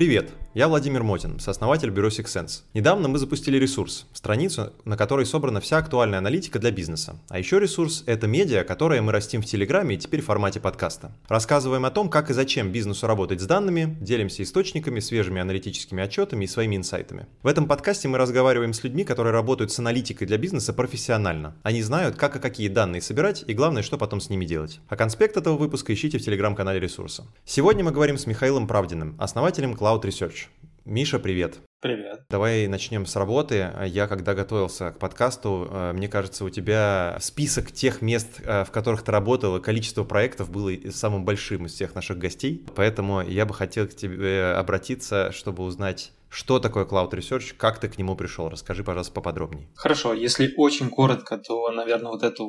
Привет, я Владимир Мотин, сооснователь бюро Sixsense. Недавно мы запустили ресурс, страницу, на которой собрана вся актуальная аналитика для бизнеса. А еще ресурс — это медиа, которое мы растим в Телеграме и теперь в формате подкаста. Рассказываем о том, как и зачем бизнесу работать с данными, делимся источниками, свежими аналитическими отчетами и своими инсайтами. В этом подкасте мы разговариваем с людьми, которые работают с аналитикой для бизнеса профессионально. Они знают, как и какие данные собирать и главное, что потом с ними делать. А конспект этого выпуска ищите в Телеграм-канале ресурса. Сегодня мы говорим с Михаилом Правдиным, основателем Cloud Research. Миша, привет. Привет. Давай начнем с работы. Я, когда готовился к подкасту, мне кажется, у тебя список тех мест, в которых ты работал, и количество проектов было самым большим из всех наших гостей. Поэтому я бы хотел к тебе обратиться, чтобы узнать, что такое Cloud Research, как ты к нему пришел. Расскажи, пожалуйста, поподробнее. Хорошо, если очень коротко, то, наверное, вот эту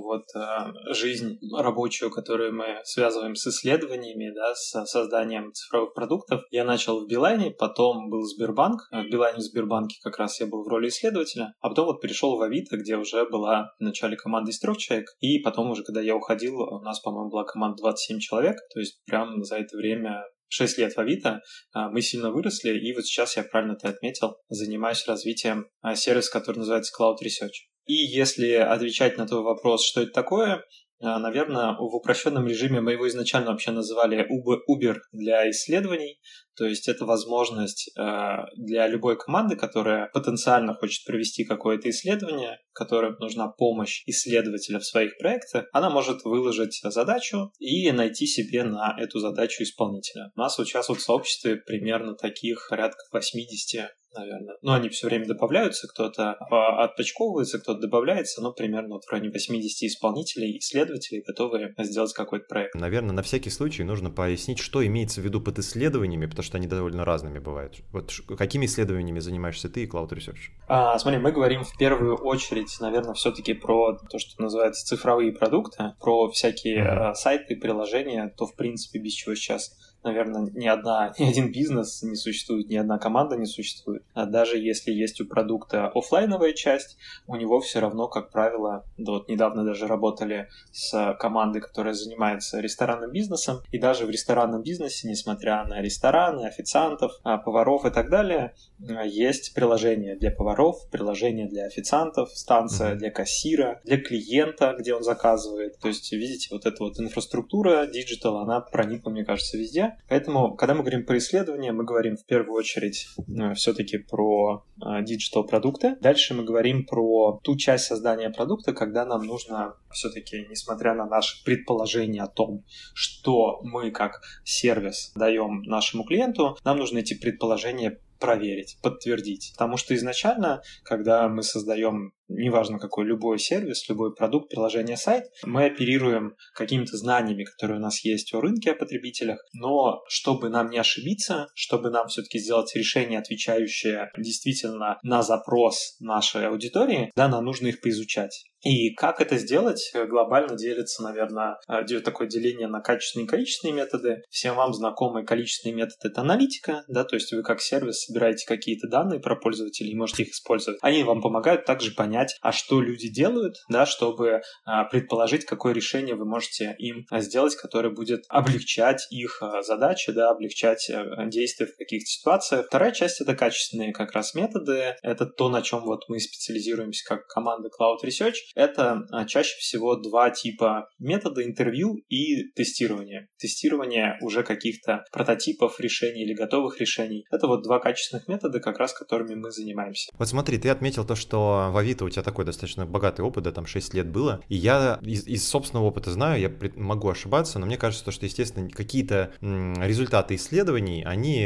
жизнь рабочую, которую мы связываем с исследованиями, да, с созданием цифровых продуктов, я начал в Билайне, потом был Сбербанк. В Билайне, в Сбербанке как раз я был в роли исследователя, а потом перешел в Авито, где уже была в начале команда из 3 человек, и потом уже, когда я уходил, у нас, по-моему, была команда 27 человек, то есть прям за это время 6 лет в Авито, мы сильно выросли, и вот сейчас, я правильно ты отметил, занимаюсь развитием сервиса, который называется Cloud Research. И если отвечать на твой вопрос, что это такое, наверное, в упрощенном режиме мы его изначально вообще называли Uber для исследований, то есть это возможность для любой команды, которая потенциально хочет провести какое-то исследование, которой нужна помощь исследователя в своих проектах, она может выложить задачу и найти себе на эту задачу исполнителя. У нас вот сейчас в сообществе примерно таких порядка 80, наверное. Но они все время добавляются, кто-то отпочковывается, кто-то добавляется, но примерно в районе 80 исполнителей, исследователей, готовые сделать какой-то проект. Наверное, на всякий случай нужно пояснить, что имеется в виду под исследованиями, потому что они довольно разными бывают. Вот какими исследованиями занимаешься ты и Cloud Research? Смотри, мы говорим в первую очередь, наверное, все-таки про то, что называется цифровые продукты, про всякие сайты, приложения, то, в принципе, без чего сейчас, наверное, ни один бизнес не существует, ни одна команда не существует. А даже если есть у продукта офлайновая часть, у него все равно, как правило, вот недавно даже работали с командой, которая занимается ресторанным бизнесом, и даже в ресторанном бизнесе, несмотря на рестораны, официантов, поваров и так далее, есть приложение для поваров, приложение для официантов, станция для кассира, для клиента, где он заказывает. То есть, видите, вот эта вот инфраструктура, диджитал, она проникла, мне кажется, везде. Поэтому, когда мы говорим про исследования, мы говорим в первую очередь все-таки про диджитал-продукты. Дальше мы говорим про ту часть создания продукта, когда нам нужно все-таки, несмотря на наши предположения о том, что мы как сервис даем нашему клиенту, нам нужно эти предположения проверить, подтвердить. Потому что изначально, когда мы создаем, неважно какой, любой сервис, любой продукт, приложение, сайт, мы оперируем какими-то знаниями, которые у нас есть о рынке, о потребителях, но чтобы нам не ошибиться, чтобы нам все-таки сделать решение, отвечающее действительно на запрос нашей аудитории, да, нам нужно их поизучать. И как это сделать, глобально делится, наверное, такое деление на качественные и количественные методы. Всем вам знакомый количественный метод — это аналитика, да, то есть вы как сервис собираете какие-то данные про пользователей и можете их использовать. Они вам помогают также понять, а что люди делают, да, чтобы предположить, какое решение вы можете им сделать, которое будет облегчать их задачи, да, облегчать действия в каких-то ситуациях. Вторая часть — это качественные как раз методы. Это то, на чем вот мы специализируемся как команда Cloud Research. Это чаще всего 2 типа метода: интервью и тестирование. Тестирование уже каких-то прототипов решений или готовых решений. Это вот 2 качественных метода, как раз которыми мы занимаемся. Вот смотри, ты отметил то, что в Авито у тебя такой достаточно богатый опыт, да, там 6 лет было. И я из собственного опыта знаю, я могу ошибаться, но мне кажется, что, естественно, какие-то результаты исследований, они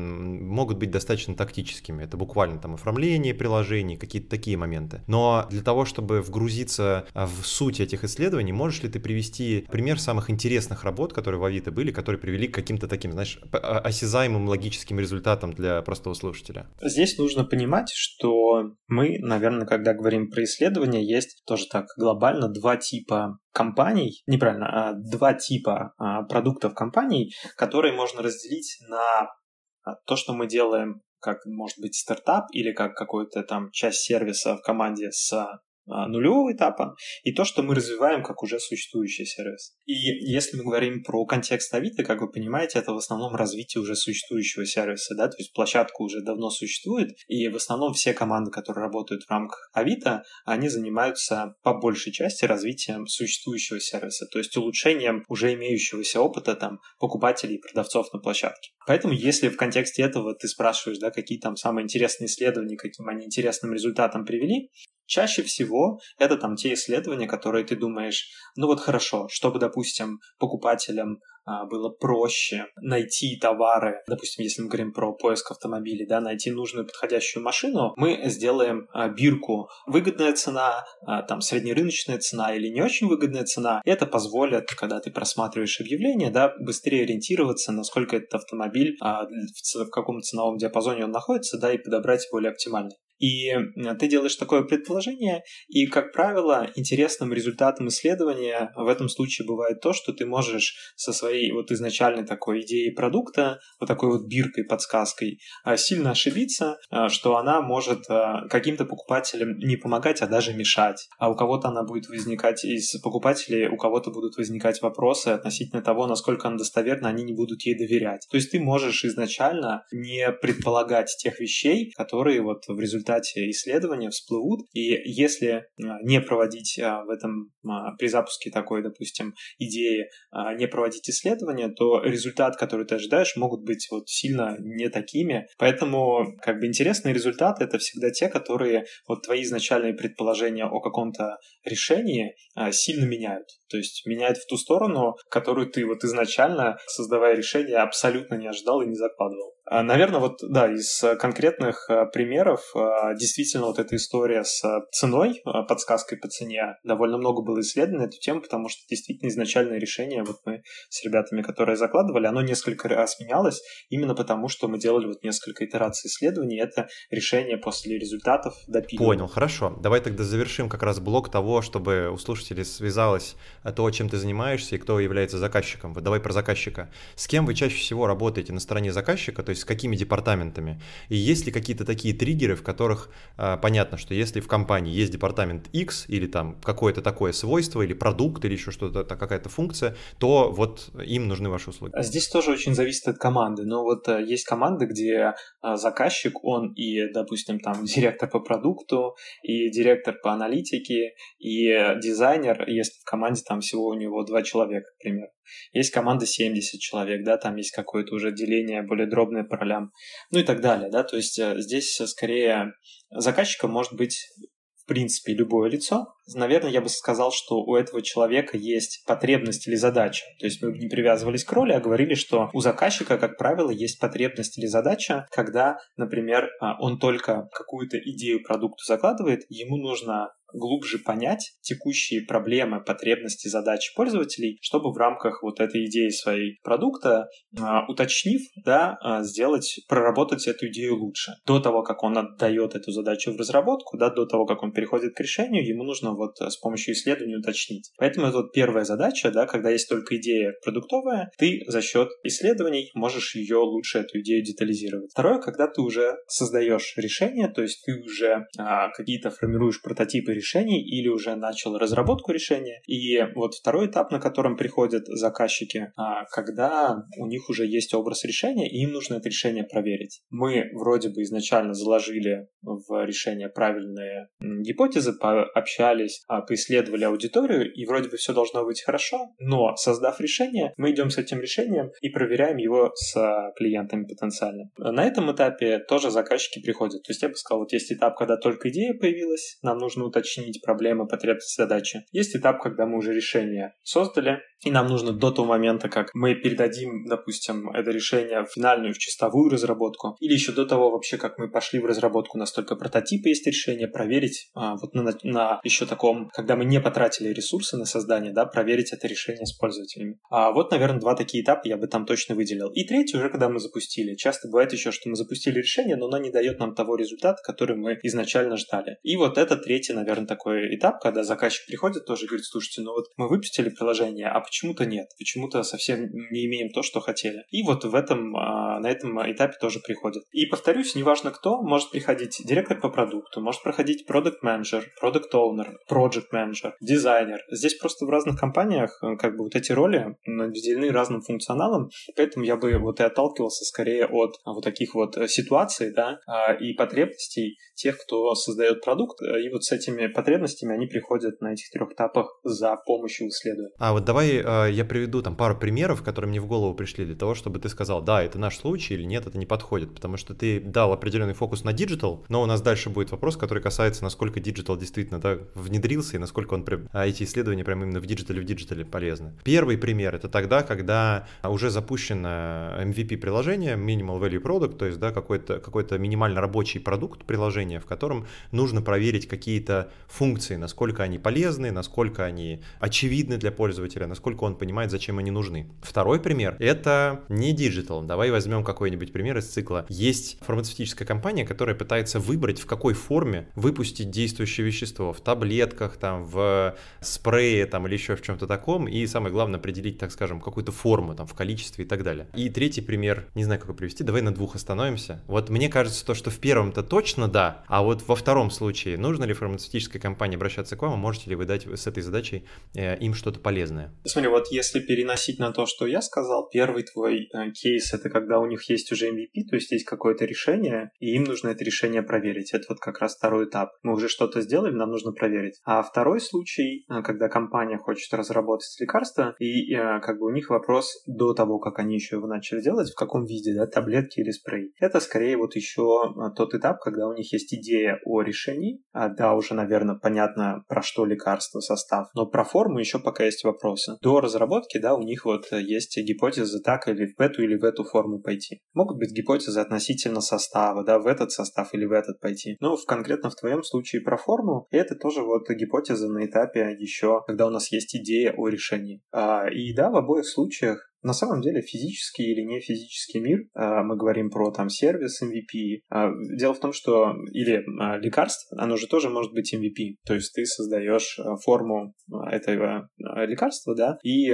могут быть достаточно тактическими. Это буквально там оформление приложений, какие-то такие моменты. Но для того, чтобы вгрузиться в суть этих исследований, можешь ли ты привести пример самых интересных работ, которые в Авито были, которые привели к каким-то таким, знаешь, осязаемым логическим результатам для простого слушателя? Здесь нужно понимать, что мы, наверное, когда говорим про исследования, есть тоже так глобально 2 типа компаний, неправильно, 2 типа продуктов компаний, которые можно разделить на то, что мы делаем как, может быть, стартап или как какую-то там часть сервиса в команде с нулевого этапа, и то, что мы развиваем как уже существующий сервис. И если мы говорим про контекст Авито, как вы понимаете, это в основном развитие уже существующего сервиса, да, то есть площадка уже давно существует, и в основном все команды, которые работают в рамках Авито, они занимаются по большей части развитием существующего сервиса, то есть улучшением уже имеющегося опыта там покупателей и продавцов на площадке. Поэтому, если в контексте этого ты спрашиваешь, да, какие там самые интересные исследования, каким они интересным результатам привели, чаще всего это там те исследования, которые ты думаешь, ну вот хорошо, чтобы, допустим, покупателям было проще найти товары, допустим, если мы говорим про поиск автомобилей, да, найти нужную подходящую машину, мы сделаем бирку выгодная цена, там среднерыночная цена или не очень выгодная цена. Это позволит, когда ты просматриваешь объявление, да, быстрее ориентироваться, насколько этот автомобиль, в каком ценовом диапазоне он находится, да, и подобрать более оптимальный. И ты делаешь такое предположение, и, как правило, интересным результатом исследования в этом случае бывает то, что ты можешь со своей вот изначальной такой идеей продукта, вот такой вот биркой, подсказкой, сильно ошибиться, что она может каким-то покупателям не помогать, а даже мешать. А у кого-то она будет возникать из покупателей, у кого-то будут возникать вопросы относительно того, насколько она достоверна, они не будут ей доверять. То есть ты можешь изначально не предполагать тех вещей, которые вот в результате исследования всплывут, и если не проводить при запуске такой, допустим, идеи, не проводить исследования, то результат, который ты ожидаешь, могут быть вот сильно не такими. Поэтому как бы интересные результаты — это всегда те, которые вот твои изначальные предположения о каком-то решении сильно меняют. То есть меняют в ту сторону, которую ты вот изначально, создавая решение, абсолютно не ожидал и не закладывал. Наверное, вот, да, из конкретных примеров действительно вот эта история с ценой, подсказкой по цене, довольно много было исследовано на эту тему, потому что действительно изначальное решение, вот мы с ребятами, которые закладывали, оно несколько раз менялось, именно потому что мы делали вот несколько итераций исследований, и это решение после результатов допиливали. Понял, хорошо. Давай тогда завершим как раз блок того, чтобы у слушателей связалось то, чем ты занимаешься и кто является заказчиком. Вот давай про заказчика. С кем вы чаще всего работаете на стороне заказчика, то есть с какими департаментами? И есть ли какие-то такие триггеры, в которых понятно, что если в компании есть департамент X или там какое-то такое свойство или продукт или еще что-то, какая-то функция, то вот им нужны ваши услуги? Здесь тоже очень зависит от команды. Но вот есть команды, где заказчик, он и, допустим, там директор по продукту, и директор по аналитике, и дизайнер, если в команде там всего у него 2 человека, к примеру. Есть команда 70 человек, да, там есть какое-то уже деление более дробное по ролям, ну и так далее, да, то есть здесь скорее заказчиком может быть в принципе любое лицо. Наверное, я бы сказал, что у этого человека есть потребность или задача. То есть мы не привязывались к роли, а говорили, что у заказчика, как правило, есть потребность или задача, когда, например, он только какую-то идею продукта закладывает, ему нужно глубже понять текущие проблемы, потребности, задачи пользователей, чтобы в рамках вот этой идеи своей продукта, уточнив, да, проработать эту идею лучше. До того, как он отдает эту задачу в разработку, да, до того, как он переходит к решению, ему нужно вот с помощью исследований уточнить. Поэтому это вот первая задача, да, когда есть только идея продуктовая, ты за счет исследований можешь ее лучше, эту идею детализировать. Второе, когда ты уже создаешь решение, то есть ты уже какие-то формируешь прототипы решений или уже начал разработку решения. И вот второй этап, на котором приходят заказчики, когда у них уже есть образ решения, и им нужно это решение проверить. Мы вроде бы изначально заложили в решение правильные гипотезы, пообщались, поисследовали аудиторию, и вроде бы все должно быть хорошо, но создав решение, мы идем с этим решением и проверяем его с клиентами потенциально. На этом этапе тоже заказчики приходят. То есть я бы сказал, вот есть этап, когда только идея появилась, нам нужно уточнить проблемы, потребности, задачи. Есть этап, когда мы уже решение создали, и нам нужно до того момента, как мы передадим, допустим, это решение в финальную, в чистовую разработку, или еще до того вообще, как мы пошли в разработку, настолько прототипы есть решение, проверить вот на еще таком, когда мы не потратили ресурсы на создание, да, проверить это решение с пользователями. Вот, наверное, 2 такие этапа я бы там точно выделил. И третий уже, когда мы запустили. Часто бывает еще, что мы запустили решение, но оно не дает нам того результата, который мы изначально ждали. И вот это третий, наверное, наверное, такой этап, когда заказчик приходит тоже и говорит: слушайте, ну вот мы выпустили приложение, а почему-то нет, почему-то совсем не имеем то, что хотели. И вот на этом этапе тоже приходит. И повторюсь, неважно кто, может приходить директор по продукту, может проходить продакт-менеджер, продакт-оунер, проджект-менеджер, дизайнер. Здесь просто в разных компаниях как бы вот эти роли наделены разным функционалом, поэтому я бы вот и отталкивался скорее от вот таких вот ситуаций, да, и потребностей тех, кто создает продукт, и вот с этими потребностями они приходят на этих 3 этапах за помощью исследования. А вот давай я приведу там пару примеров, которые мне в голову пришли для того, чтобы ты сказал, да, это наш случай или нет, это не подходит, потому что ты дал определенный фокус на диджитал, но у нас дальше будет вопрос, который касается, насколько диджитал действительно внедрился и насколько эти исследования прям именно в диджитале полезны. Первый пример — это тогда, когда уже запущено MVP-приложение, Minimal Value Product, то есть какой-то минимально рабочий продукт приложения, в котором нужно проверить какие-то функции, насколько они полезны, насколько они очевидны для пользователя, насколько он понимает, зачем они нужны. Второй пример — это не диджитал. Давай возьмем какой-нибудь пример из цикла. Есть фармацевтическая компания, которая пытается выбрать, в какой форме выпустить действующее вещество. В таблетках, там, в спрее там, или еще в чем-то таком. И самое главное, определить, так скажем, какую-то форму там, в количестве и так далее. И третий пример, не знаю, как его привести, давай на 2 остановимся. Вот мне кажется, что в первом-то точно да, а вот во втором случае нужно ли фармацевтической компании обращаться к вам, а можете ли вы дать с этой задачей им что-то полезное? Смотри, вот если переносить на то, что я сказал, первый твой кейс — это когда у них есть уже MVP, то есть есть какое-то решение, и им нужно это решение проверить. Это вот как раз второй этап. Мы уже что-то сделали, нам нужно проверить. А второй случай, когда компания хочет разработать лекарство, и как бы у них вопрос до того, как они еще его начали делать, в каком виде, да, таблетки или спрей. Это скорее вот еще тот этап, когда у них есть идея о решении. Да, уже, наверное, понятно, про что лекарство, состав, но про форму еще пока есть вопросы. До разработки, да, у них вот есть гипотезы так или в эту форму пойти. Могут быть гипотезы относительно состава, да, в этот состав или в этот пойти. Но конкретно в твоем случае про форму, это тоже вот гипотеза на этапе еще, когда у нас есть идея о решении. И да, в обоих случаях на самом деле физический или не физический мир, мы говорим про там сервис MVP. Дело в том, что или лекарство, оно же тоже может быть MVP. То есть ты создаешь форму этого лекарства, да, и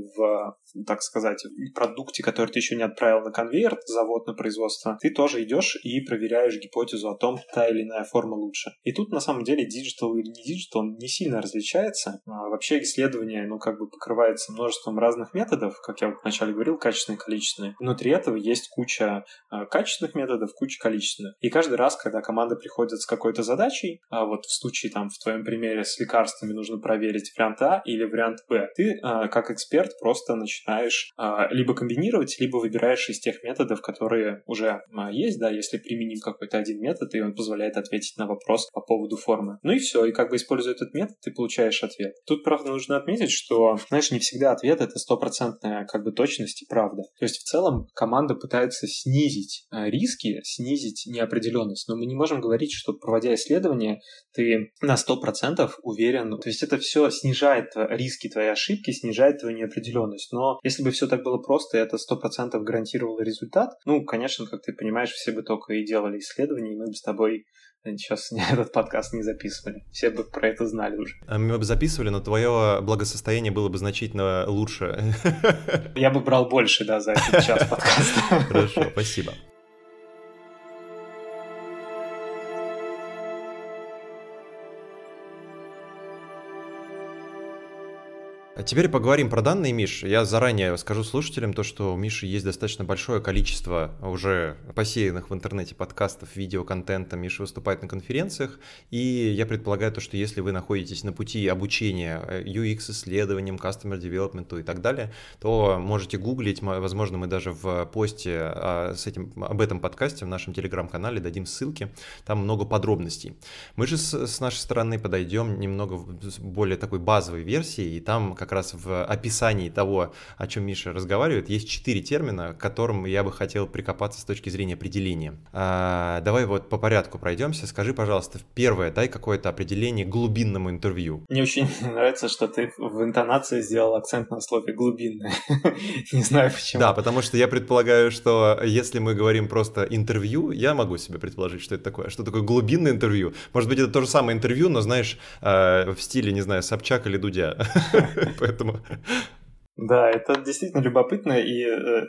в, так сказать, продукте, который ты еще не отправил на конвейер, завод на производство, ты тоже идешь и проверяешь гипотезу о том, та или иная форма лучше. И тут на самом деле диджитал или не диджитал не сильно различается. Вообще исследование, как бы покрывается множеством разных методов, как я вначале говорил, качественные и количественные. Внутри этого есть куча качественных методов, куча количественных. И каждый раз, когда команда приходит с какой-то задачей, вот в случае, там, в твоем примере с лекарствами нужно проверить вариант А или вариант Б, ты, как эксперт, просто начинаешь либо комбинировать, либо выбираешь из тех методов, которые уже есть, да, если применим какой-то один метод, и он позволяет ответить на вопрос по поводу формы. Ну и все, и как бы используя этот метод, ты получаешь ответ. Тут, правда, нужно отметить, что, знаешь, не всегда ответ — это 100% как бы точность и правда. То есть в целом команда пытается снизить риски, снизить неопределенность, но мы не можем говорить, что, проводя исследование, ты на 100% уверен. То есть это все снижает риски твоей ошибки, снижает твою неопределенность. Но если бы все так было просто, и это 100% гарантировало результат, конечно, как ты понимаешь, все бы только и делали исследования, и мы бы с тобой сейчас этот подкаст не записывали. Все бы про это знали уже. Мы бы записывали, но твое благосостояние было бы значительно лучше. Я бы брал больше, да, за этот час подкаста. Хорошо, спасибо. А теперь поговорим про данные, Миш. Я заранее скажу слушателям то, что у Миши есть достаточно большое количество уже посеянных в интернете подкастов, видеоконтента. Миша выступает на конференциях, и я предполагаю то, что если вы находитесь на пути обучения UX-исследованиям, Customer Development и так далее, то можете гуглить, возможно, мы даже в посте об этом подкасте в нашем телеграм-канале дадим ссылки, там много подробностей. Мы же с нашей стороны подойдем немного более такой базовой версии, и там как как раз в описании того, о чем Миша разговаривает, есть 4 термина, к которым я бы хотел прикопаться с точки зрения определения. Давай вот по порядку пройдемся. Скажи, пожалуйста, первое, дай какое-то определение глубинному интервью. Мне очень нравится, что ты в интонации сделал акцент на слове «глубинное». Не знаю почему. Да, потому что я предполагаю, что если мы говорим просто интервью, я могу себе предположить, что это такое. Что такое глубинное интервью? Может быть, это то же самое интервью, но, знаешь, в стиле, не знаю, Собчак или Дудя. Поэтому... Да, это действительно любопытно, и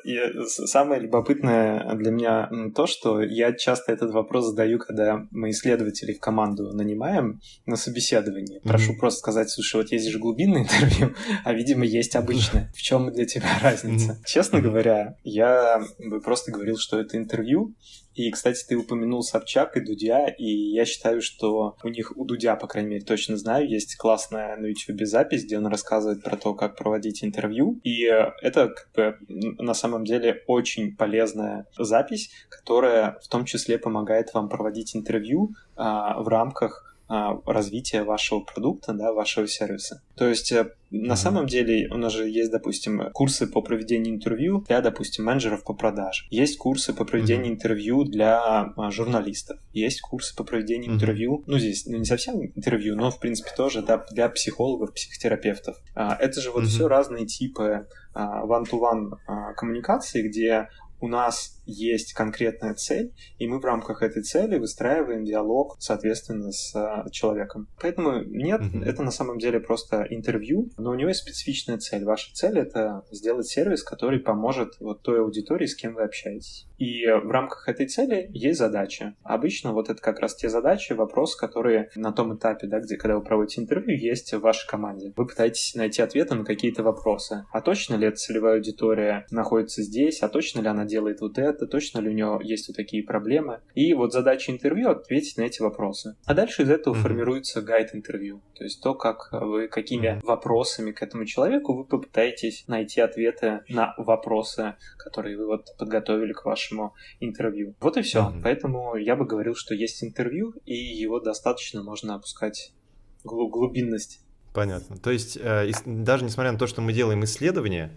самое любопытное для меня то, что я часто этот вопрос задаю, когда мы исследователей в команду нанимаем на собеседовании. Прошу просто сказать: слушай, вот есть же глубинное интервью, а, видимо, есть обычное. В чем для тебя разница? Честно говоря, я бы просто говорил, что это интервью. И, кстати, ты упомянул Собчак и Дудя, и я считаю, что у Дудя, по крайней мере, точно знаю, есть классная на YouTube запись, где он рассказывает про то, как проводить интервью, и это как бы на самом деле очень полезная запись, которая в том числе помогает вам проводить интервью в рамках развития вашего продукта, да, вашего сервиса. То есть на самом деле у нас же есть, допустим, курсы по проведению интервью для, допустим, менеджеров по продажам. Есть курсы по проведению интервью для журналистов. Есть курсы по проведению интервью, ну здесь не совсем интервью, но в принципе тоже для психологов, психотерапевтов. Это же вот все разные типы one-to-one коммуникации, где у нас есть конкретная цель, и мы в рамках этой цели выстраиваем диалог, соответственно, с человеком. Поэтому нет, это на самом деле просто интервью, но у него есть специфичная цель. Ваша цель — это сделать сервис, который поможет вот той аудитории, с кем вы общаетесь. И в рамках этой цели есть задача. Обычно вот это как раз те задачи, вопросы, которые на том этапе, да, где, когда вы проводите интервью, есть в вашей команде. Вы пытаетесь найти ответы на какие-то вопросы. А точно ли эта целевая аудитория находится здесь? А точно ли она делает вот это? Точно ли у нее есть вот такие проблемы? И вот задача интервью — ответить на эти вопросы. А дальше из этого формируется гайд интервью. То есть то, как вы, какими вопросами к этому человеку вы попытаетесь найти ответы на вопросы, которые вы вот подготовили к вашему интервью. Вот и все. Поэтому я бы говорил, что есть интервью, и его достаточно можно опускать глубинность. Понятно. То есть даже несмотря на то, что мы делаем исследования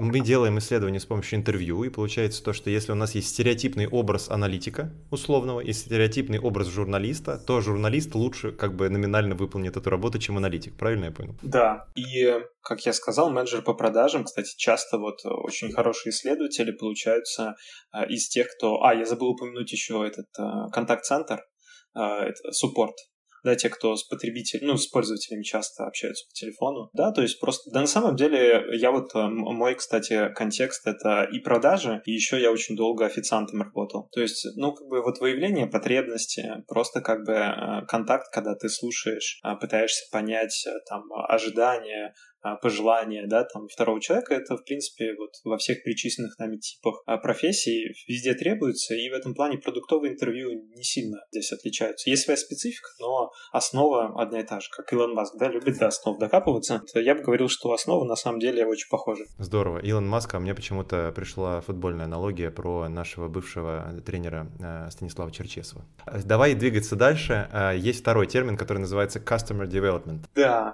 с помощью интервью, и получается то, что если у нас есть стереотипный образ аналитика условного и стереотипный образ журналиста, то журналист лучше как бы номинально выполнит эту работу, чем аналитик. Правильно я понял? Да. И, как я сказал, менеджер по продажам, кстати, часто вот очень хорошие исследователи получаются из тех, кто... я забыл упомянуть еще этот контакт-центр, суппорт. Да, те, кто с потребителями, с пользователями часто общаются по телефону. Да, то есть просто... Да, на самом деле, мой, кстати, контекст — это и продажи, и еще я очень долго официантом работал. То есть, вот выявление потребности, просто как бы контакт, когда ты слушаешь, пытаешься понять там ожидания, пожелания, да, там, второго человека, это, в принципе, вот во всех перечисленных нами типах профессий везде требуется, и в этом плане продуктовые интервью не сильно здесь отличаются. Есть своя специфика, но основа одна и та же, как Илон Маск, да, любит до основ докапываться. Я бы говорил, что основа на самом деле очень похожа. Здорово. Илон Маск, а мне почему-то пришла футбольная аналогия про нашего бывшего тренера Станислава Черчесова. Давай двигаться дальше. Есть второй термин, который называется Customer Development. Да,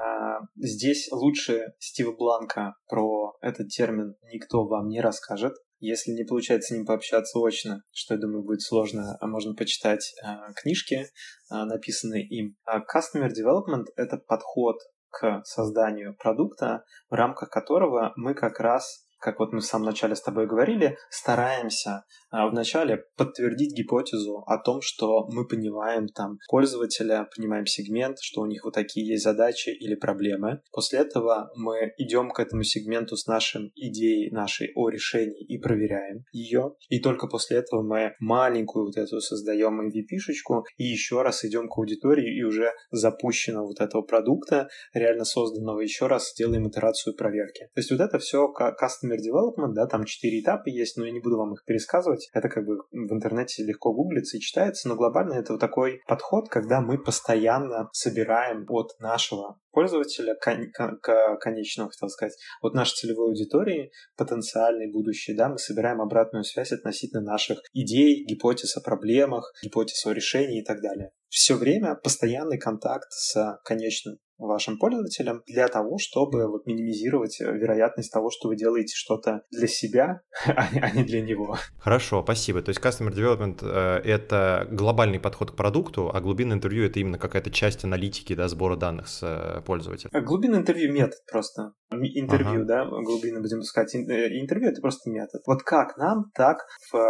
здесь лучше Стива Бланка про этот термин никто вам не расскажет. Если не получается с ним пообщаться очно, что, я думаю, будет сложно, можно почитать книжки, написанные им. Customer Development — это подход к созданию продукта, в рамках которого мы как раз, как вот мы в самом начале с тобой говорили, стараемся вначале подтвердить гипотезу о том, что мы понимаем там пользователя, понимаем сегмент, что у них вот такие есть задачи или проблемы. После этого мы идем к этому сегменту с нашей идеей нашей о решении и проверяем ее. И только после этого мы маленькую вот эту создаем MVP-шечку и еще раз идем к аудитории и уже запущенного вот этого продукта, реально созданного, еще раз делаем итерацию проверки. То есть вот это все Customer Development, да, там 4 этапа есть, но я не буду вам их пересказывать. Это как бы в интернете легко гуглится и читается, но глобально это вот такой подход, когда мы постоянно собираем от нашего пользователя, конечного, хотел сказать, от нашей целевой аудитории, потенциальной, будущей, да, мы собираем обратную связь относительно наших идей, гипотез о проблемах, гипотез о решении и так далее. Все время постоянный контакт с конечным вашим пользователям для того, чтобы вот минимизировать вероятность того, что вы делаете что-то для себя, а не для него. Хорошо, спасибо. То есть Customer Development — это глобальный подход к продукту, а глубинное интервью — это именно какая-то часть аналитики, да, сбора данных с пользователя. Глубинное интервью — метод просто. Интервью, да, глубинно будем искать. Интервью — это просто метод. Вот как нам, так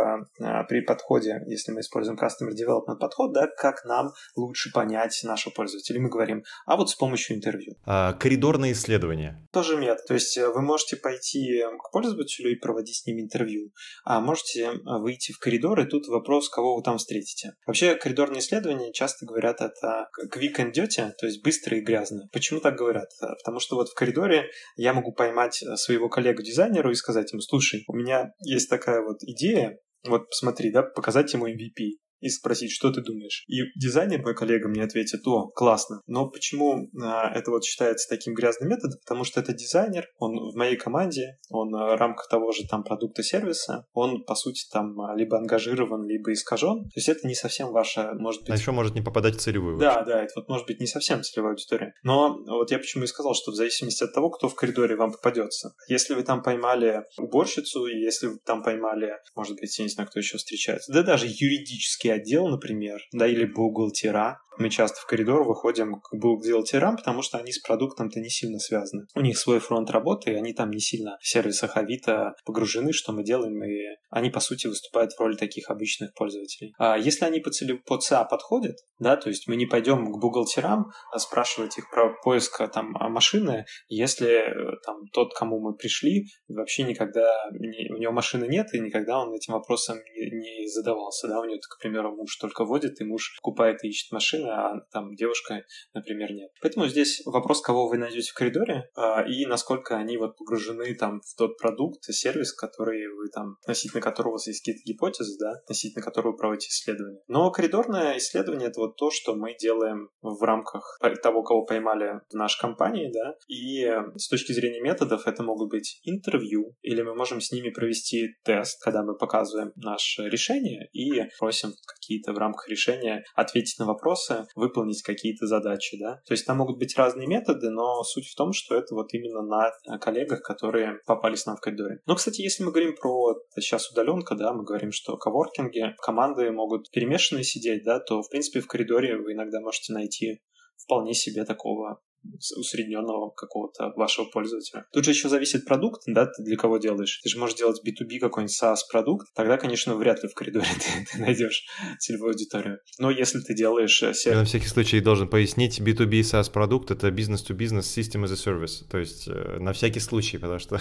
при подходе, если мы используем Customer Development подход, да, как нам лучше понять нашего пользователя. И мы говорим, а вот с помощью интервью. Коридорное исследование. Тоже метод. То есть вы можете пойти к пользователю и проводить с ним интервью, а можете выйти в коридор, и тут вопрос, кого вы там встретите. Вообще, коридорные исследования часто говорят это quick and dirty, то есть быстро и грязно. Почему так говорят? Потому что вот в коридоре я могу поймать своего коллегу-дизайнеру и сказать ему, слушай, у меня есть такая вот идея, вот посмотри, да, показать ему MVP. И спросить, что ты думаешь. И дизайнер, мой коллега, мне ответит, классно. Но почему это вот считается таким грязным методом? Потому что это дизайнер, он в моей команде, он в рамках того же там продукта сервиса, он, по сути, там либо ангажирован, либо искажен. То есть это не совсем ваша, может быть... А еще может не попадать в целевую. Да, это вот может быть не совсем целевая аудитория. Но вот я почему и сказал, что в зависимости от того, кто в коридоре вам попадется. Если вы там поймали уборщицу, и если вы там поймали, может быть, я не знаю, кто еще встречается, да даже юридический отдел, например, да, или бухгалтера. Мы часто в коридор выходим к бухгалтерам, потому что они с продуктом-то не сильно связаны. У них свой фронт работы, и они там не сильно в сервисах Авито погружены, что мы делаем, и они, по сути, выступают в роли таких обычных пользователей. А если они по ЦА подходят, да, то есть мы не пойдем к бухгалтерам спрашивать их про поиск там машины, если там тот, к кому мы пришли, вообще никогда у него машины нет, и никогда он этим вопросом не задавался, да, у него, к примеру, муж только водит, и муж покупает и ищет машины, а там девушка, например, нет. Поэтому здесь вопрос, кого вы найдете в коридоре, и насколько они вот погружены там в тот продукт, сервис, который вы там, относительно которого у вас есть какие-то гипотезы, да, относительно которого вы проводите исследования. Но коридорное исследование — это вот то, что мы делаем в рамках того, кого поймали в нашей компании, да, и с точки зрения методов это могут быть интервью, или мы можем с ними провести тест, когда мы показываем наше решение и просим какие-то в рамках решения ответить на вопросы, выполнить какие-то задачи, да. То есть там могут быть разные методы, но суть в том, что это вот именно на коллегах, которые попались нам в коридоре. Но, кстати, если мы говорим про сейчас удаленка, да, мы говорим, что в коворкинге команды могут перемешанные сидеть, да, то, в принципе, в коридоре вы иногда можете найти вполне себе такого усредненного какого-то вашего пользователя. Тут же еще зависит продукт, да, ты для кого делаешь. Ты же можешь делать B2B какой-нибудь SaaS-продукт, тогда, конечно, вряд ли в коридоре ты найдешь целевую аудиторию. Но если ты делаешь... Я на всякий случай должен пояснить, B2B SaaS-продукт — это business-to-business System as a Service, то есть на всякий случай, потому что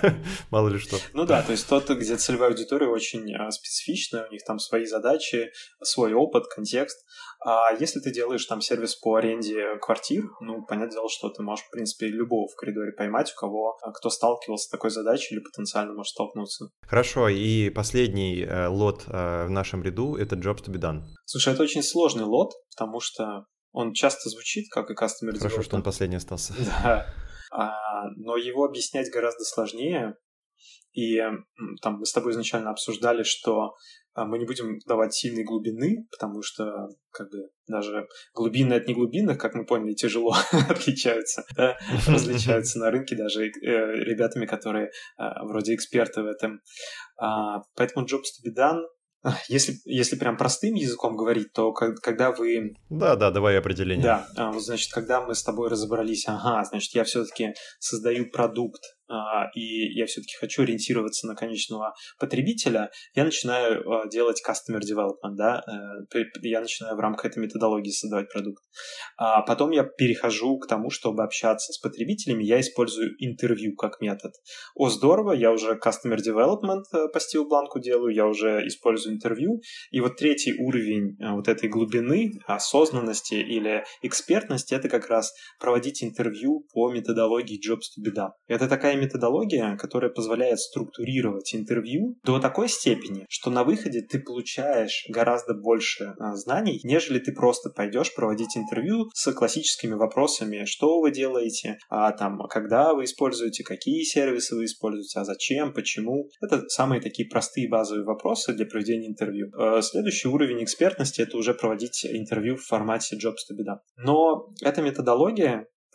мало ли что. Ну да, то есть тот, где целевая аудитория очень специфичная, у них там свои задачи, свой опыт, контекст. А если ты делаешь там сервис по аренде квартир, ну, понятное дело, что ты можешь, в принципе, любого в коридоре поймать, кто сталкивался с такой задачей или потенциально может столкнуться. Хорошо, и последний лот в нашем ряду — это Jobs to be done. Слушай, это очень сложный лот, потому что он часто звучит, как и Customer Development. Хорошо, что он последний остался. Да, но его объяснять гораздо сложнее. И там мы с тобой изначально обсуждали, что мы не будем давать сильной глубины, потому что как бы даже глубинные от неглубинных, как мы поняли, тяжело отличаются, да? Различаются на рынке даже ребятами, которые вроде эксперты в этом. Поэтому Jobs to be done, если прям простым языком говорить, то когда вы... Да, давай определение. Да, вот, значит, когда мы с тобой разобрались, значит, я все-таки создаю продукт, и я все-таки хочу ориентироваться на конечного потребителя, я начинаю делать customer development, да, я начинаю в рамках этой методологии создавать продукт. Потом я перехожу к тому, чтобы общаться с потребителями, я использую интервью как метод. Здорово, я уже customer development по стилу бланку делаю, я уже использую интервью, и вот третий уровень вот этой глубины, осознанности или экспертности, это как раз проводить интервью по методологии Jobs to be done. Это такая методология, которая позволяет структурировать интервью до такой степени, что на выходе ты получаешь гораздо больше знаний, нежели ты просто пойдешь проводить интервью с классическими вопросами, что вы делаете, когда вы используете, какие сервисы вы используете, зачем, почему. Это самые такие простые базовые вопросы для проведения интервью. Следующий уровень экспертности — это уже проводить интервью в формате Jobs to be done. Но эта методология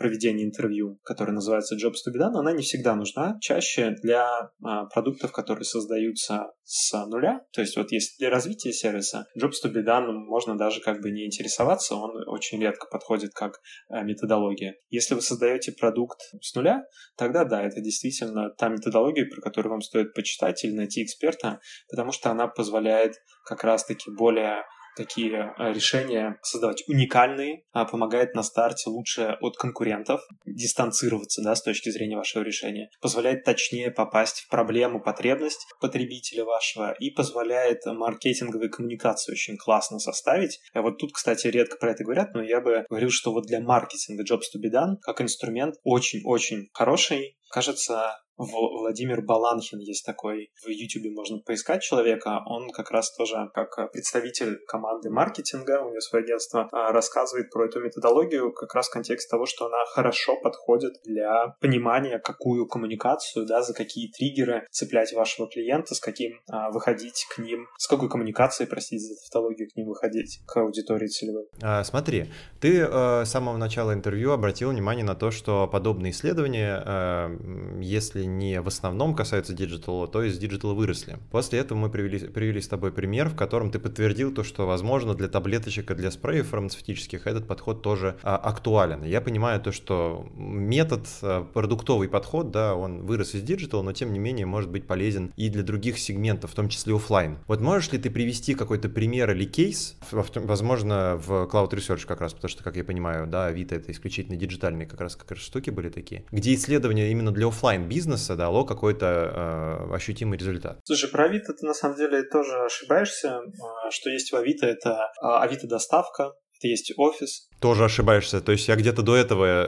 проведения интервью, которая называется Jobs to be done, она не всегда нужна. Чаще для продуктов, которые создаются с нуля, то есть вот если для развития сервиса, Jobs to be done можно даже как бы не интересоваться, он очень редко подходит как методология. Если вы создаете продукт с нуля, тогда да, это действительно та методология, про которую вам стоит почитать или найти эксперта, потому что она позволяет как раз-таки более такие решения создавать уникальные, помогает на старте лучше от конкурентов дистанцироваться, да, с точки зрения вашего решения, позволяет точнее попасть в проблему, потребность потребителя вашего и позволяет маркетинговые коммуникации очень классно составить. Вот тут, кстати, редко про это говорят, но я бы говорил, что вот для маркетинга Jobs to be done как инструмент очень-очень хороший. Кажется, Владимир Баланхин есть такой, в YouTube можно поискать человека, он как раз тоже как представитель команды маркетинга, у него свое агентство, рассказывает про эту методологию как раз в контексте того, что она хорошо подходит для понимания, какую коммуникацию, да, за какие триггеры цеплять вашего клиента, с каким выходить к ним, с какой коммуникацией, простите за тавтологию, к ним выходить, к аудитории целевой. Смотри, ты с самого начала интервью обратил внимание на то, что подобные исследования, если не в основном касаются диджитала, то из диджитала выросли. После этого мы привели с тобой пример, в котором ты подтвердил то, что, возможно, для таблеточек и для спреев фармацевтических этот подход тоже актуален. Я понимаю то, что метод, продуктовый подход, да, он вырос из диджитала, но тем не менее может быть полезен и для других сегментов, в том числе офлайн. Вот можешь ли ты привести какой-то пример или кейс, возможно, в Cloud Research как раз, потому что, как я понимаю, да, Авито — это исключительно диджитальные как раз штуки были такие, где исследования именно для офлайн бизнеса дало какой-то ощутимый результат. Слушай, про Авито ты на самом деле тоже ошибаешься. Что есть в Авито, это Авито-доставка, это есть офис. Тоже ошибаешься. То есть я где-то до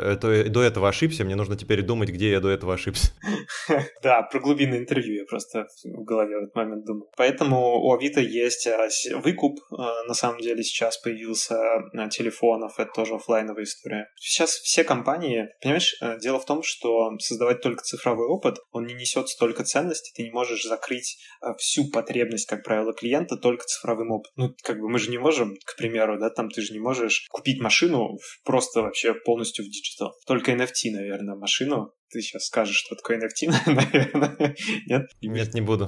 этого ошибся, мне нужно теперь думать, где я до этого ошибся. Да, про глубинное интервью я просто в голове в этот момент думал. Поэтому у Авито есть выкуп, на самом деле сейчас появился телефонов, это тоже офлайновая история. Сейчас все компании, понимаешь, дело в том, что создавать только цифровой опыт, он не несет столько ценностей, ты не можешь закрыть всю потребность, как правило, клиента только цифровым опытом. Ну, как бы мы же не можем, к примеру, да, там ты же не можешь купить машину просто вообще полностью в диджитал. Только NFT, наверное, машину. Ты сейчас скажешь, что такое NFT, наверное. Нет? Нет, не буду.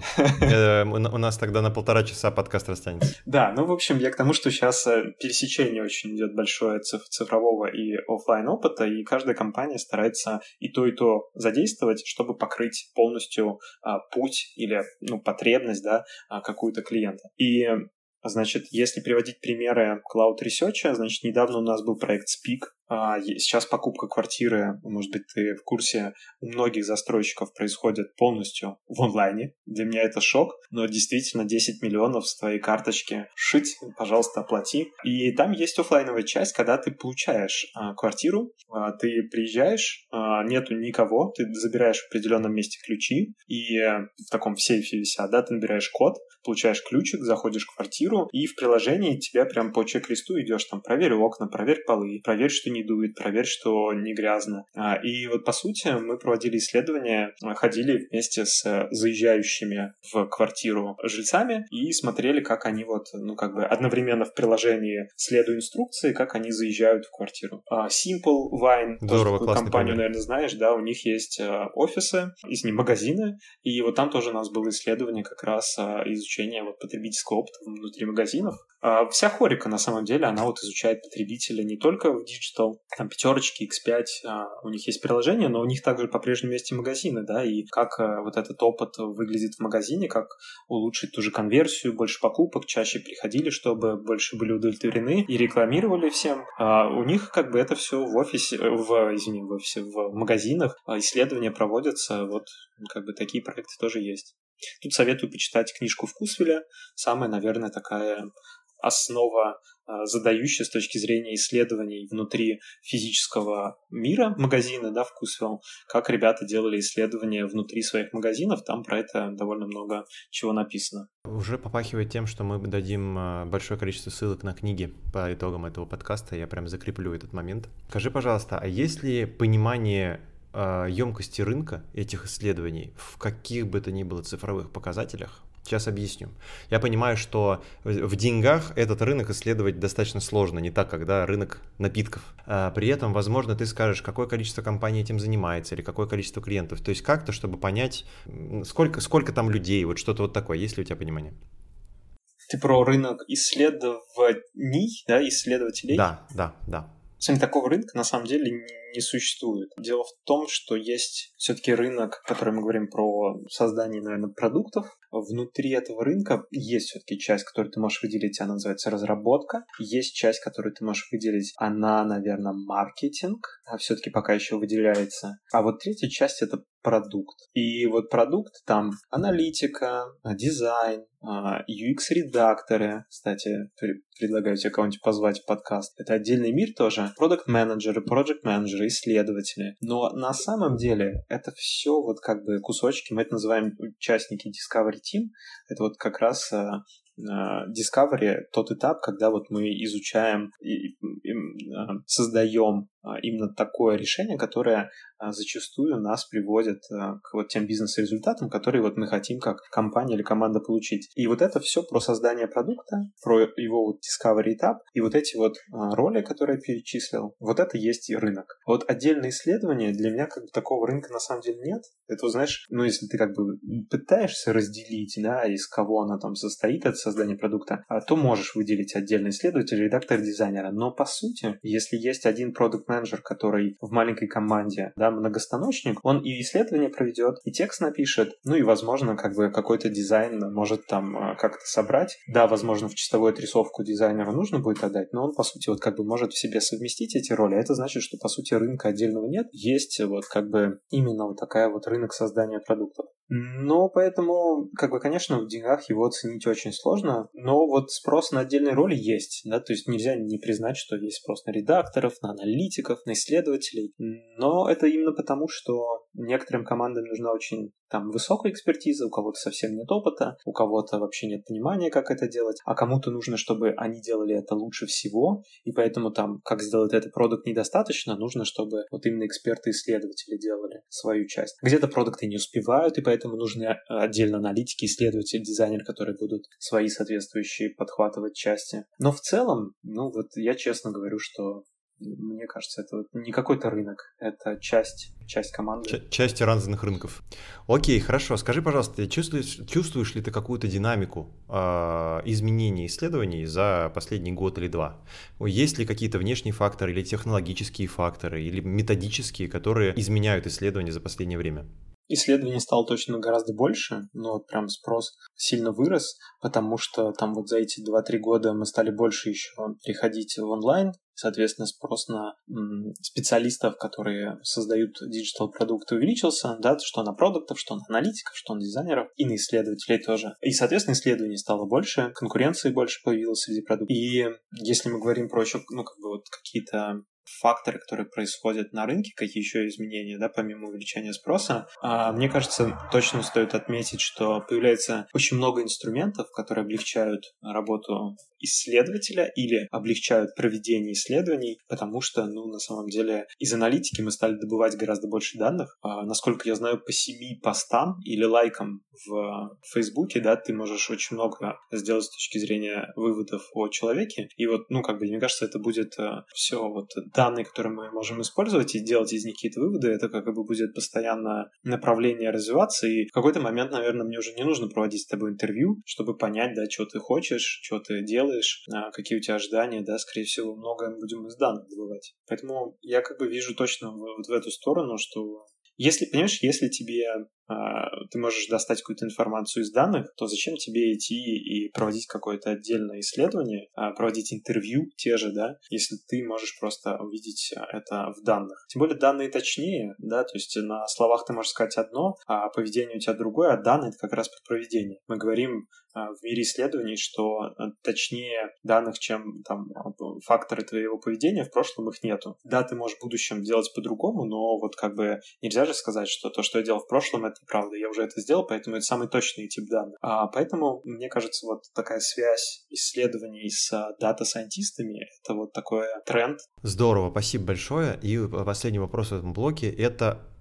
У нас тогда на 1,5 часа подкаст растянется. Да, ну, в общем, я к тому, что сейчас пересечение очень идет большое цифрового и офлайн опыта, и каждая компания старается и то задействовать, чтобы покрыть полностью путь или потребность, да, какую-то клиента. И значит, если приводить примеры Cloud Research, значит, недавно у нас был проект Speak. Сейчас покупка квартиры, может быть, ты в курсе, у многих застройщиков происходит полностью в онлайне. Для меня это шок, но действительно 10 миллионов с твоей карточки шить, пожалуйста, оплати. И там есть офлайновая часть, когда ты получаешь квартиру, ты приезжаешь, нету никого, ты забираешь в определенном месте ключи, и в таком сейфе висят, да, ты набираешь код, получаешь ключик, заходишь в квартиру, и в приложении тебя прям по чек-листу идешь, там, проверь окна, проверь полы, проверь, что не дует, проверь, что не грязно. И вот, по сути, мы проводили исследования, ходили вместе с заезжающими в квартиру жильцами и смотрели, как они одновременно в приложении, следуя инструкции, как они заезжают в квартиру. Simple Wine, здорово, тоже компанию, пример. наверное, знаешь, да, у них есть офисы, из них магазины, и вот там тоже у нас было исследование как раз изучения потребительского опыта внутри магазинов. Вся Хорика, на самом деле, она изучает потребителя не только в диджитал, там 5, X5, у них есть приложение, но у них также по-прежнему есть и магазины, да, и как вот этот опыт выглядит в магазине, как улучшить ту же конверсию, больше покупок, чаще приходили, чтобы больше были удовлетворены и рекламировали всем. У них это все в магазинах, исследования проводятся, такие проекты тоже есть. Тут советую почитать книжку Вкусвилля, самая, наверное, такая основа, задающая с точки зрения исследований внутри физического мира магазина, да, Вкусвилл, как ребята делали исследования внутри своих магазинов, там про это довольно много чего написано. Уже попахивает тем, что мы дадим большое количество ссылок на книги по итогам этого подкаста, я прям закреплю этот момент. Скажи, пожалуйста, а есть ли понимание емкости рынка этих исследований в каких бы то ни было цифровых показателях? Сейчас объясню. Я понимаю, что в деньгах этот рынок исследовать достаточно сложно, не так, как рынок напитков. При этом, возможно, ты скажешь, какое количество компаний этим занимается или какое количество клиентов. То есть как-то, чтобы понять, сколько там людей, вот что-то вот такое. Есть ли у тебя понимание? Ты про рынок исследований, да, исследователей? Да. Смотри, такого рынка на самом деле не существует. Дело в том, что есть все-таки рынок, который мы говорим про создание, наверное, продуктов. Внутри этого рынка есть все-таки часть, которую ты можешь выделить, она называется разработка. Есть часть, которую ты можешь выделить, она, наверное, маркетинг, а все-таки пока еще выделяется. А вот третья часть — это продукт. И вот продукт там аналитика, дизайн, UX-редакторы. Кстати, предлагаю тебе кого-нибудь позвать в подкаст. Это отдельный мир тоже. Продакт-менеджеры, проект-менеджеры, исследователи. Но на самом деле это все вот как бы кусочки. Мы это называем участники Discovery Team. Это вот как раз Discovery тот этап, когда вот мы изучаем и создаем именно такое решение, которое зачастую нас приводит к вот тем бизнес-результатам, которые вот мы хотим как компания или команда получить. И вот это все про создание продукта, про его вот discovery этап, и вот эти вот роли, которые я перечислил, вот это есть и рынок. Вот отдельные исследования для меня как бы такого рынка на самом деле нет. Это, знаешь, ну если ты как бы пытаешься разделить, да, из кого она там состоит, это создание продукта, то можешь выделить отдельный исследователь, редактор, дизайнера. Но по сути, если есть один продукт-менеджер, который в маленькой команде, да, многостаночник, он и исследование проведет, и текст напишет, ну и, возможно, как бы какой-то дизайн может там как-то собрать. Да, возможно, в чистовую отрисовку дизайнеру нужно будет отдать, но он, по сути, вот как бы может в себе совместить эти роли. А это значит, что, по сути, рынка отдельного нет. Есть вот как бы именно вот такая вот рынок создания продуктов. Но поэтому, как бы, конечно, в деньгах его оценить очень сложно, но вот спрос на отдельные роли есть, да, то есть нельзя не признать, что есть спрос на редакторов, на аналитиков, на исследователей, но это именно потому, что некоторым командам нужна очень там высокая экспертиза, у кого-то совсем нет опыта, у кого-то вообще нет понимания, как это делать, а кому-то нужно, чтобы они делали это лучше всего, и поэтому там, как сделать это продукт недостаточно, нужно, чтобы вот именно эксперты-исследователи делали свою часть. Где-то продукты не успевают, и поэтому нужны отдельно аналитики, исследователи, дизайнеры, которые будут свои соответствующие подхватывать части. Но в целом, ну вот я честно говорю, что мне кажется, это вот не какой-то рынок, это часть команды. Часть разных рынков. Окей, хорошо. Скажи, пожалуйста, чувствуешь ли ты какую-то динамику изменений исследований за последний год или два? Есть ли какие-то внешние факторы или технологические факторы, или методические, которые изменяют исследования за последнее время? Исследований стало точно гораздо больше, но вот прям спрос сильно вырос, потому что там вот за эти 2-3 года мы стали больше еще переходить в онлайн, соответственно, спрос на специалистов, которые создают диджитал-продукты, увеличился, да, что на продуктов, что на аналитиков, что на дизайнеров, и на исследователей тоже. И, соответственно, исследований стало больше, конкуренции больше появилось среди продуктов. И если мы говорим про еще, ну, как бы вот какие-то факторы, которые происходят на рынке, какие еще изменения, да, помимо увеличения спроса. Мне кажется, точно стоит отметить, что появляется очень много инструментов, которые облегчают работу исследователя или облегчают проведение исследований, потому что, ну, на самом деле, из аналитики мы стали добывать гораздо больше данных. Насколько я знаю, по 7 постам или лайкам в Фейсбуке, да, ты можешь очень много сделать с точки зрения выводов о человеке. И вот, ну, как бы, мне кажется, это будет все вот данные, которые мы можем использовать и делать из них какие-то выводы, это как бы будет постоянно направление развиваться, и в какой-то момент, наверное, мне уже не нужно проводить с тобой интервью, чтобы понять, да, что ты хочешь, что ты делаешь, какие у тебя ожидания, да, скорее всего, многое мы будем из данных добывать. Поэтому я как бы вижу точно вот в эту сторону, что если, понимаешь, если тебе ты можешь достать какую-то информацию из данных, то зачем тебе идти и проводить какое-то отдельное исследование, проводить интервью те же, да, если ты можешь просто увидеть это в данных. Тем более данные точнее, да, то есть на словах ты можешь сказать одно, а поведение у тебя другое, а данные — это как раз про поведение. Мы говорим в мире исследований, что точнее данных, чем там факторы твоего поведения, в прошлом их нету. Да, ты можешь в будущем делать по-другому, но вот как бы нельзя же сказать, что то, что я делал в прошлом, это правда, я уже это сделал, поэтому это самый точный тип данных. Поэтому, мне кажется, вот такая связь исследований с дата-сайентистами — это вот такой тренд. Здорово, спасибо большое. И последний вопрос в этом блоке — это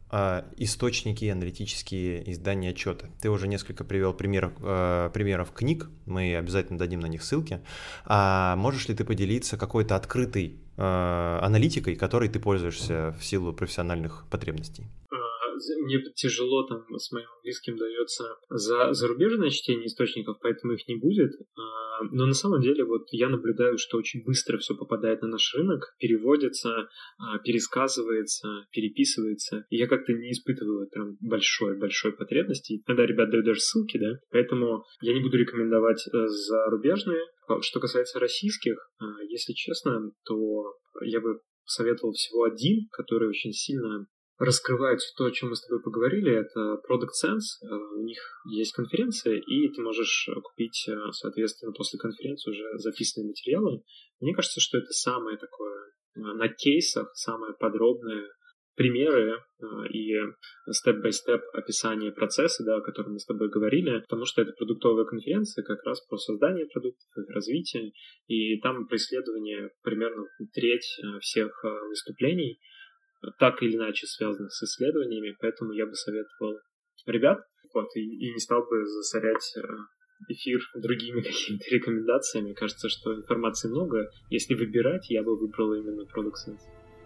источники, аналитические издания отчета. Ты уже несколько привел примеров книг, мы обязательно дадим на них ссылки. А можешь ли ты поделиться какой-то открытой аналитикой, которой ты пользуешься в силу профессиональных потребностей? Мне тяжело там с моим английским дается зарубежное чтение источников, поэтому их не будет. Но на самом деле вот я наблюдаю, что очень быстро все попадает на наш рынок, переводится, пересказывается, переписывается. И я как-то не испытываю прям большой потребности. Иногда ребят дают даже ссылки, да, поэтому я не буду рекомендовать зарубежные. Что касается российских, если честно, то я бы советовал всего один, который очень сильно раскрывает то, о чем мы с тобой поговорили. Это Product Sense. У них есть конференция, и ты можешь купить, соответственно, после конференции уже записанные материалы. Мне кажется, что это самое такое на кейсах, самое подробное примеры и степ-бай-степ описание процесса, да, о котором мы с тобой говорили, потому что это продуктовая конференция как раз про создание продуктов, их развитие, и там про исследование примерно треть всех выступлений так или иначе связанных с исследованиями, поэтому я бы советовал ребят, и не стал бы засорять эфир другими какими-то рекомендациями. Кажется, что информации много. Если выбирать, я бы выбрал именно Product Sense.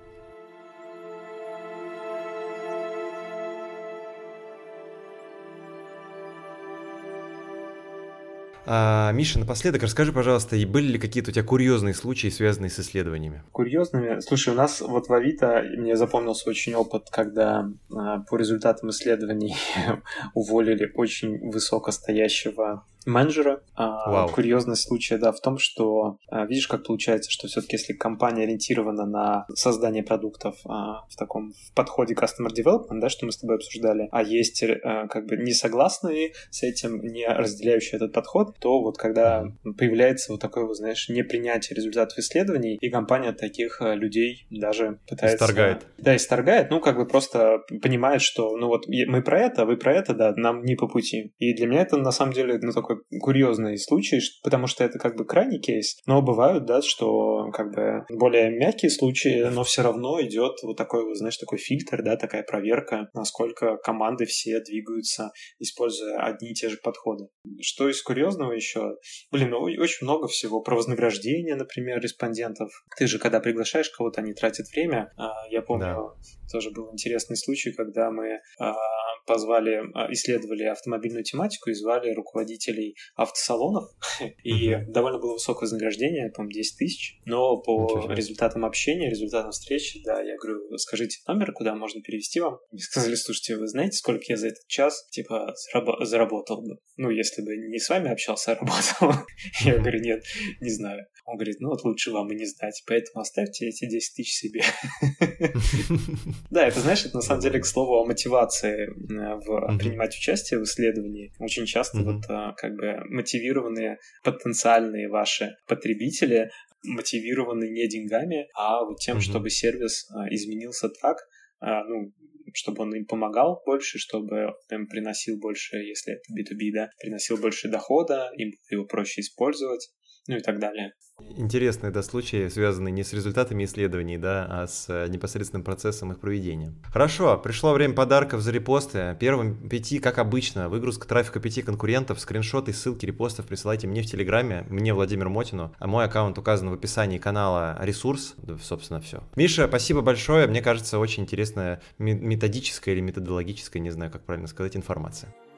Миша, напоследок расскажи, пожалуйста, и были ли какие-то у тебя курьезные случаи, связанные с исследованиями? Курьезными? Слушай, у нас вот в Авито мне запомнился очень опыт, когда по результатам исследований уволили очень высокостоящего менеджера. Курьезный случай, да, в том, что видишь, как получается, что все-таки если компания ориентирована на создание продуктов в таком подходе customer development, да, что мы с тобой обсуждали, а есть как бы не согласные с этим, не разделяющие этот подход, то вот когда появляется вот такое, вот, знаешь, непринятие результатов исследований, и компания таких людей даже пытается... Исторгает. Да, исторгает, ну, как бы просто понимает, что, ну, вот мы про это, вы про это, да, нам не по пути. И для меня это, на самом деле, ну, такой курьезный случай, потому что это как бы крайний кейс, но бывают, да, что как бы более мягкие случаи, но все равно идет вот такой, вот, знаешь, такой фильтр, да, такая проверка, насколько команды все двигаются, используя одни и те же подходы. Что из курьезного еще? Блин, ну, очень много всего. Про вознаграждение, например, респондентов. Ты же, когда приглашаешь кого-то, они тратят время. Я помню, тоже был интересный случай, когда мы исследовали автомобильную тематику и звали руководителей автосалонов, и довольно было высокое вознаграждение, по-моему, 10 тысяч, но по результатам общения, результатам встречи, да, я говорю, скажите номер, куда можно перевести вам. Мне сказали, слушайте, вы знаете, сколько я за этот час, типа, заработал бы? Ну, если бы не с вами общался, а работал. Я говорю, нет, не знаю. Он говорит, ну вот лучше вам и не знать, поэтому оставьте эти 10 тысяч себе. Да, это, знаешь, это на самом деле, к слову, о мотивации принимать участие в исследовании. Очень часто вот как бы мотивированные потенциальные ваши потребители мотивированы не деньгами, а вот тем, чтобы сервис изменился так, ну, чтобы он им помогал больше, чтобы им приносил больше, если это B2B, да, приносил больше дохода, им его проще использовать, ну и так далее. Интересные, да, случаи, связанные не с результатами исследований, да, а с непосредственным процессом их проведения. Хорошо, пришло время подарков за репосты. Первым 5, как обычно, выгрузка трафика 5 конкурентов, скриншоты и ссылки репостов присылайте мне в Телеграме, мне, Владимиру Мотину, а мой аккаунт указан в описании канала «Ресурс», да, собственно, все. Миша, спасибо большое, мне кажется, очень интересная методическая или методологическая, не знаю, как правильно сказать, информация.